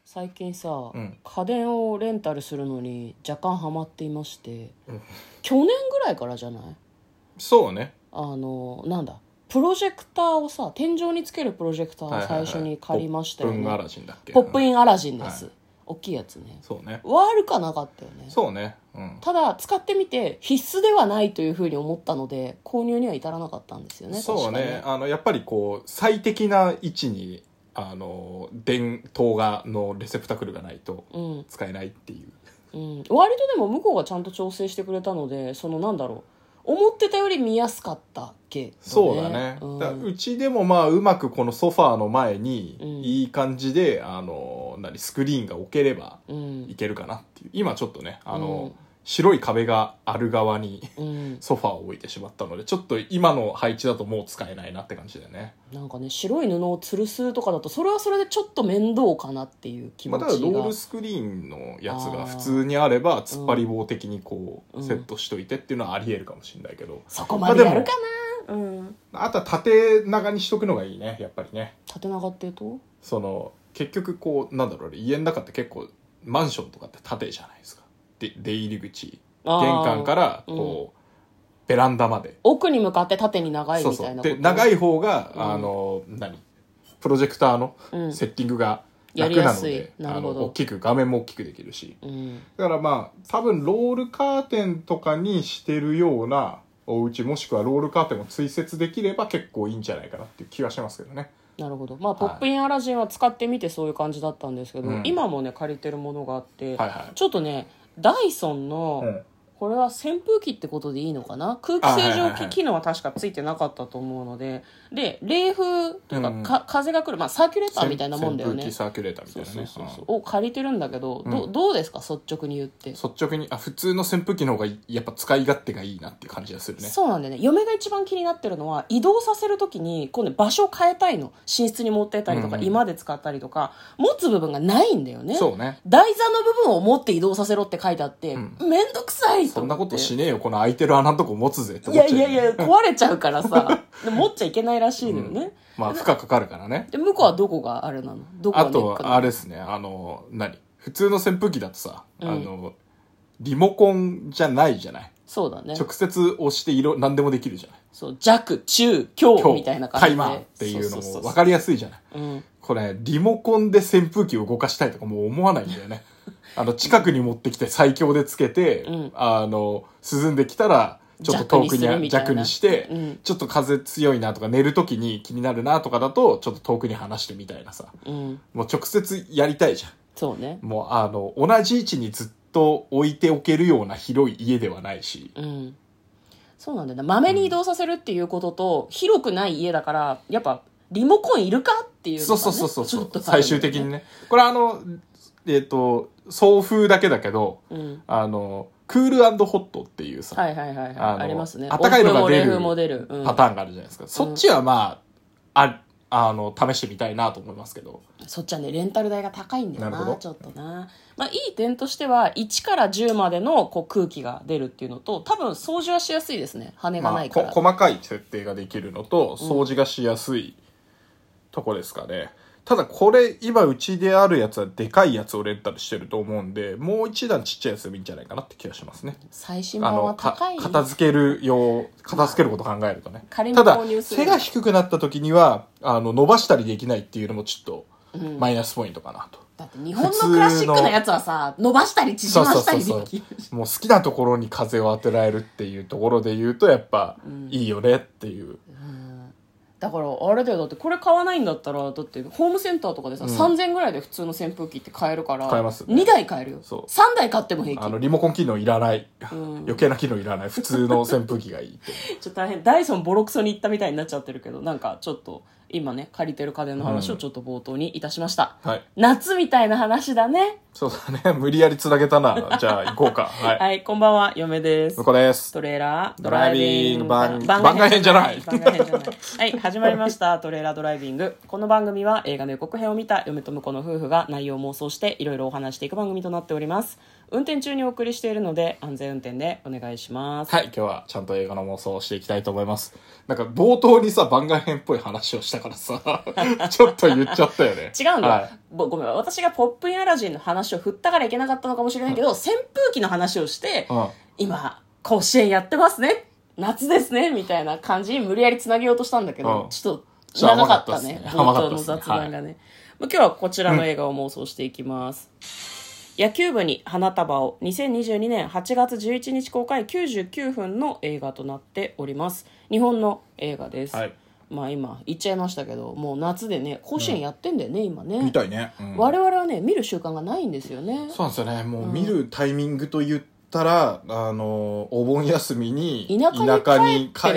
最近さ、 ん家電をレンタルするのに若干ハマっていまして、 ん去年ぐらいからじゃない？ そうね。 なんだ、プロジェクターをさ、天井につけるプロジェクターを最初に借りましたよね。 ポップインアラジンだっけ。 ポップインアラジンです、 はい、 大きいやつね。 そうね。 悪かなかったよね。 そうね、うん、 ただ使ってみて必須ではないというふうに思ったので購入には至らなかったんですよね。 そうね。やっぱりこう最適な位置に電灯のレセプタクルがないと使えないっていう、 割とでも向こうがちゃんと調整してくれたので、なんだろう、思ってたより見やすかったけどね。 そうだね、うちでもまあうまくこのソファーの前にいい感じで、スクリーンが置ければいけるかなっていう。今ちょっとね白い壁がある側にソファーを置いてしまったので、ちょっと今の配置だともう使えないなって感じだよね。 なんかね、白い布を吊るすとかだとそれはそれでちょっと面倒かなっていう気持ちが、 だからロールスクリーンのやつが普通にあれば突っ張り棒的にこうセットしといてっていうのはありえるかもしれないけど、 そこまでやるかな。 あとは縦長にしとくのがいいね、やっぱりね。 縦長っていうと、 結局こうなんだろう、家の中って結構マンションとかって縦じゃないですか。で出入り口、玄関からこう、ベランダまで奥に向かって縦に長いみたいなこと。 で長い方が、プロジェクターのセッティングが楽なので、大きく画面も大きくできるし、だからまあ多分ロールカーテンとかにしてるようなお家、もしくはロールカーテンを追設できれば結構いいんじゃないかなっていう気はしますけどね。 なるほど。まあ、ポップインアラジンは使ってみてそういう感じだったんですけど、今もね借りてるものがあって、ちょっとねダイソンの、これは扇風機ってことでいいのかな、空気清浄機機能は確かついてなかったと思うので、で冷風というか、風が来る、まあ、サーキュレーターみたいなもんだよね。 扇風機サーキュレーターみたいなね、 を借りてるんだけど、どうですか率直に言って。 率直に普通の扇風機の方がやっぱ使い勝手がいいなっていう感じがするね。 そうなんだよね。嫁が一番気になってるのは、移動させるときに今度場所を変えたいの。寝室に持ってったりとか、居間で使ったりとか持つ部分がないんだよね。 そうね。 台座の部分を持って移動させろって書いてあって、めんどくさいと思って。 そんなことしねえよ、この空いてる穴のとこ持つぜって思っちゃう。いや壊れちゃうからさで持っちゃいけないらしいのよね、 まあ負荷かかるからね。 で向こうはどこがあれなの？どこがあとあれですね、普通の扇風機だとさ、リモコンじゃないじゃない。 そうだね。 直接押して何でもできるじゃない。 そう、弱中強みたいな感じで、 タイマーっていうのも分かりやすいじゃない。これリモコンで扇風機を動かしたいとかもう思わないんだよね近くに持ってきて最強でつけて、涼んできたらちょっと遠くに弱にして、ちょっと風強いなとか寝るときに気になるなとかだとちょっと遠くに離してみたいなさ、もう直接やりたいじゃん。 そうね。 もう同じ位置にずっと置いておけるような広い家ではないし、 そうなんだよな。まめに移動させるっていうことと、広くない家だからやっぱリモコンいるかっていうのが、ね、 そう最終的にね。これ送風だけだけど、クール&ホットっていうさ、 ありますね。 暖かいのが出るパターンがあるじゃないですか。そっちはまあ試してみたいなと思いますけど、 そっちはねレンタル代が高いんだよな。ちょっとな。まあいい点としては1から10までのこう空気が出るっていうのと、多分掃除はしやすいですね。羽がないから、 細かい設定ができるのと掃除がしやすいとこですかね。ただこれ今うちであるやつはでかいやつをレンタルしてると思うんで、もう一段ちっちゃいやつでもいいんじゃないかなって気がしますね。 最新版は高い。 片付けること考えるとね。ただ背が低くなった時には伸ばしたりできないっていうのもちょっとマイナスポイントかなと。 だって日本のクラシックなやつはさ、伸ばしたり縮ましたりできる。 もう好きなところに風を当てられるっていうところで言うとやっぱいいよねっていう。 だからあれだよ、だってこれ買わないんだったら、だってホームセンターとかでさ、3000円ぐらいで普通の扇風機って買えるから、 買えますね、 2台買えるよ。 そう 3台買っても平気。 リモコン機能いらない、余計な機能いらない、普通の扇風機がいいってちょっと大変、ダイソンボロクソに行ったみたいになっちゃってるけど、なんかちょっと今ね借りてる家電の話をちょっと冒頭にいたしました、夏みたいな話だね。 そうだね、無理やりつなげたな。じゃあ行こうか。 はい、こんばんは、嫁です。 向こうです。 トレーラードライビング番外編じゃない。 はい、始まりましたトレーラードライビング。この番組は映画の予告編を見た嫁と婿の夫婦が内容を妄想していろいろお話していく番組となっております。 運転中にお送りしているので安全運転でお願いします。 はい、今日はちゃんと映画の妄想をしていきたいと思います。なんか冒頭にさ、番外編っぽい話をしたからさちょっと言っちゃったよね。 違うんだよ、はい、ごめん、私がポップインアラジンの話を振ったからいけなかったのかもしれないけど、扇風機の話をして、今甲子園やってますね、夏ですねみたいな感じに無理やりつなげようとしたんだけど、ちょっと長かったね、冒頭の雑談がね。今日はこちらの映画を妄想していきます。野球部に花束を、2022年8月11日公開、99分の映画となっております。日本の映画です。はい、まあ今言っちゃいましたけど、もう夏でね、甲子園やってんだよね、今ね。 みたいね。 我々はね、見る習慣がないんですよね。 そうなんですよね。もう見るタイミングと言ったら、お盆休みに田舎に帰って、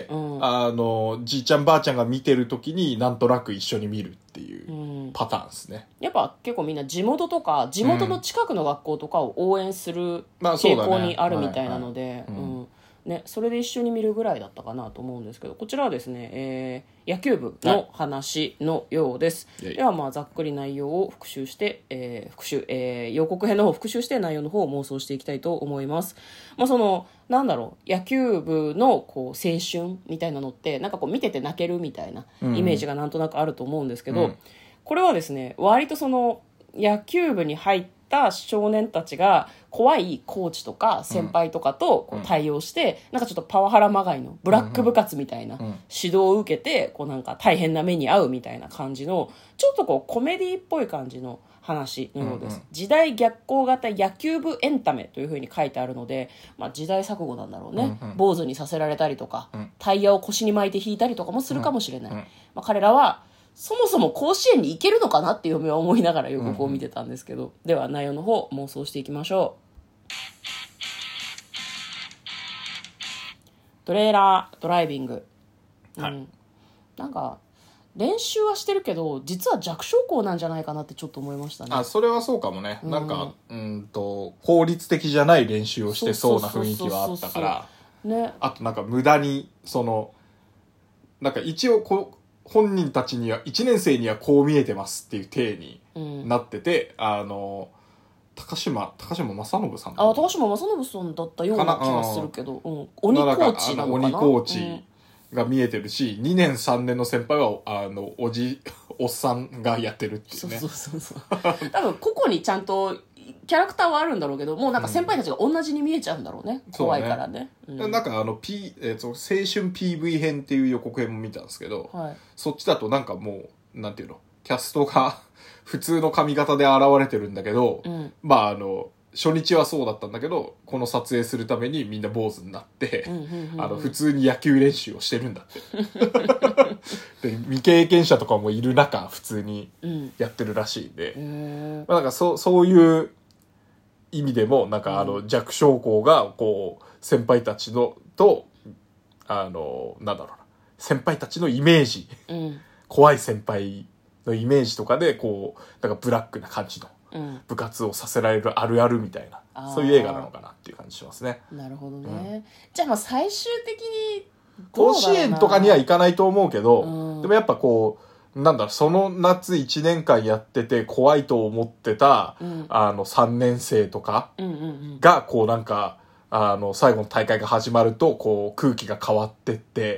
じいちゃんばあちゃんが見てる時になんとなく一緒に見るっていうパターンですね。 やっぱ結構みんな地元とか地元の近くの学校とかを応援する傾向にあるみたいなので、それで一緒に見るぐらいだったかなと思うんですけど、こちらはですね、野球部の話のようです。ではまあざっくり内容を復習して、予告編の方を復習して内容の方を妄想していきたいと思います。まあそのなんだろう、野球部のこう青春みたいなのってなんかこう見てて泣けるみたいなイメージがなんとなくあると思うんですけど、これはですね、割とその野球部に入った少年たちが怖いコーチとか先輩とかとこう対応して、なんかちょっとパワハラまがいのブラック部活みたいな指導を受けて、こうなんか大変な目に遭うみたいな感じの、ちょっとこうコメディっぽい感じの話のようです。時代逆行型野球部エンタメというふうに書いてあるので、まあ、時代錯誤なんだろうね。坊主にさせられたりとか、タイヤを腰に巻いて引いたりとかもするかもしれない。まあ、彼らはそもそも甲子園に行けるのかなって嫁は思いながら予告を見てたんですけど、では内容の方妄想していきましょう。トレーラードライビング、なんか練習はしてるけど実は弱小校なんじゃないかなってちょっと思いましたね。 それはそうかもね。なんか効率的じゃない練習をしてそうな雰囲気はあったから、ね、あとなんか無駄にそのなんか一応本人たちには1年生にはこう見えてますっていう体になってて、高島正信さん、 高島正信さんだったような気がするけど、鬼コーチなのかな。 鬼コーチが見えてるし、2年3年の先輩はおっさんがやってるっていうね。 そう多分個々にちゃんとキャラクターはあるんだろうけど、もうなんか先輩たちが同じに見えちゃうんだろうね、怖いからね。 なんか青春 PV 編っていう予告編も見たんですけど、そっちだとなんかもうなんていうの、キャストが普通の髪型で現れてるんだけど、まあ初日はそうだったんだけど、この撮影するためにみんな坊主になって、普通に野球練習をしてるんだってで未経験者とかもいる中普通にやってるらしいんで、まあ、なんかそういう意味でもなんか弱小校がこう先輩たちのとなんだろうな、先輩たちのイメージ、怖い先輩のイメージとかでこうなんかブラックな感じの部活をさせられるあるあるみたいな、そういう映画なのかなっていう感じしますね。 なるほどね、じゃあまあ最終的に甲子園とかには行かないと思うけど、でもやっぱこうなんだろう、その夏1年間やってて怖いと思ってた、3年生とかがこうなんか最後の大会が始まるとこう空気が変わってって、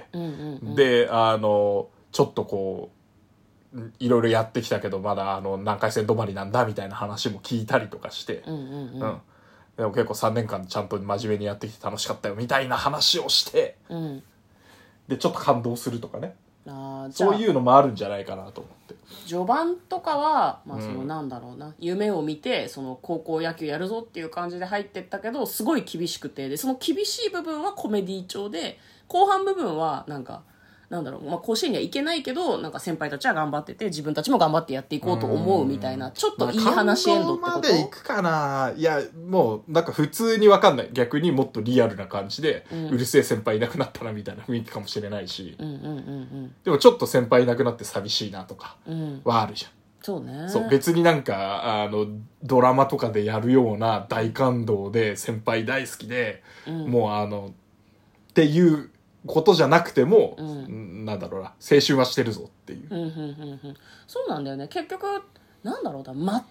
でちょっとこういろいろやってきたけどまだ何回戦止まりなんだみたいな話も聞いたりとかして、でも結構3年間ちゃんと真面目にやってきて楽しかったよみたいな話をして、でちょっと感動するとかね、そういうのもあるんじゃないかなと思って。 序盤とかは、まあ、そのなんだろうな、夢を見てその高校野球やるぞっていう感じで入ってったけどすごい厳しくて、でその厳しい部分はコメディ調で、後半部分はなんかなんだろう、まあ、甲子園には行けないけどなんか先輩たちは頑張ってて自分たちも頑張ってやっていこうと思うみたいな、ちょっといい話エンドってこと。 まで行くかな。いやもうなんか普通に分かんない、逆にもっとリアルな感じで、うるせえ先輩いなくなったなみたいな雰囲気かもしれないし、でもちょっと先輩いなくなって寂しいなとかはあるじゃん。 そうね。 そう別になんかドラマとかでやるような大感動で先輩大好きで、もうっていうことじゃなくても、なんだろうな、青春はしてるぞっていう、 そうなんだよね。結局なんだろうな、真っ只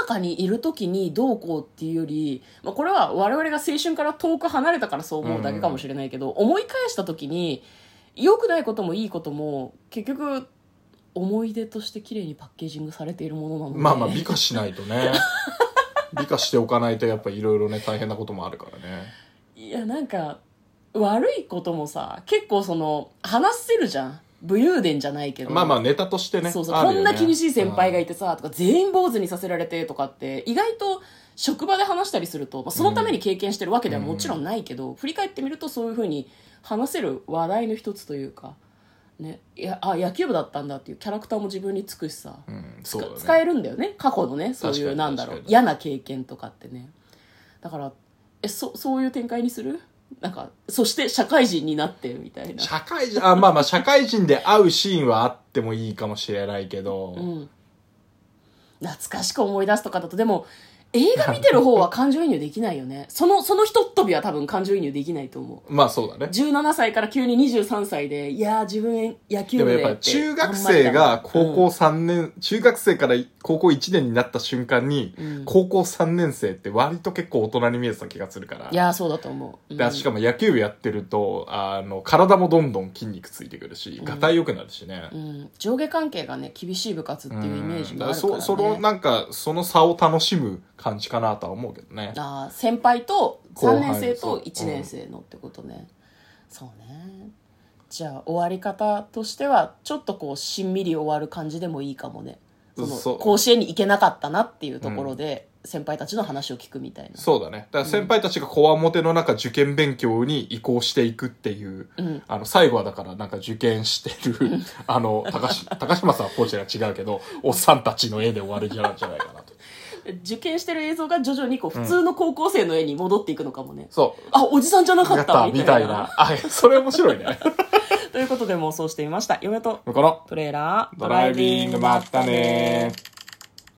中にいる時にどうこうっていうより、まあ、これは我々が青春から遠く離れたからそう思うだけかもしれないけど、思い返した時に良くないこともいいことも結局思い出として綺麗にパッケージングされているものなので、 まあまあ美化しないとね美化しておかないとやっぱいろいろね大変なこともあるからね。 いやなんか悪いこともさ結構その話せるじゃん、武勇伝じゃないけど、 まあまあネタとしてね、 そうそう、こんな厳しい先輩がいてさとか全員坊主にさせられてとかって意外と職場で話したりすると、まあ、そのために経験してるわけではもちろんないけど、振り返ってみるとそういうふうに話せる話題の一つというかね、野球部だったんだっていうキャラクターも自分につくしさ、 そうだね、 使えるんだよね過去のね、そういうなんだろう嫌な経験とかってね。だからそういう展開にする、なんかそして社会人になってみたいな。 社会人まあまあ社会人で会うシーンはあってもいいかもしれないけど、 懐かしく思い出すとかだとでも映画見てる方は感情移入できないよね。そのひとっ飛びは多分感情移入できないと思う。 まあそうだね。 17歳から急に23歳で、いやー自分野球部で。 でもやっぱ中学生が高校3年、中学生から高校1年になった瞬間に、高校3年生って割と結構大人に見えてた気がするから。 いやーそうだと思う。 でしかも野球部やってると、体もどんどん筋肉ついてくるし、がたい良くなるしね、 上下関係がね、厳しい部活っていうイメージもあるからね。 その差を楽しむ感じかなとは思うけどね。 先輩と3年生と1年生のってことね。そうね。じゃあ終わり方としてはちょっとこうしんみり終わる感じでもいいかもね。その甲子園に行けなかったなっていうところで、先輩たちの話を聞くみたいな。 そうだね。だから先輩たちがこわもての中受験勉強に移行していくっていう、最後はだからなんか受験してる、高島さんはコーチが違うけど、おっさんたちの絵で終わるんじゃないかなと。 受験してる映像が徐々にこう普通の高校生の絵に戻っていくのかもね。 そう。 おじさんじゃなかったみたいな。それ面白いね。 ということで妄想してみました。嫁とこのトレーラードライビングまったねー。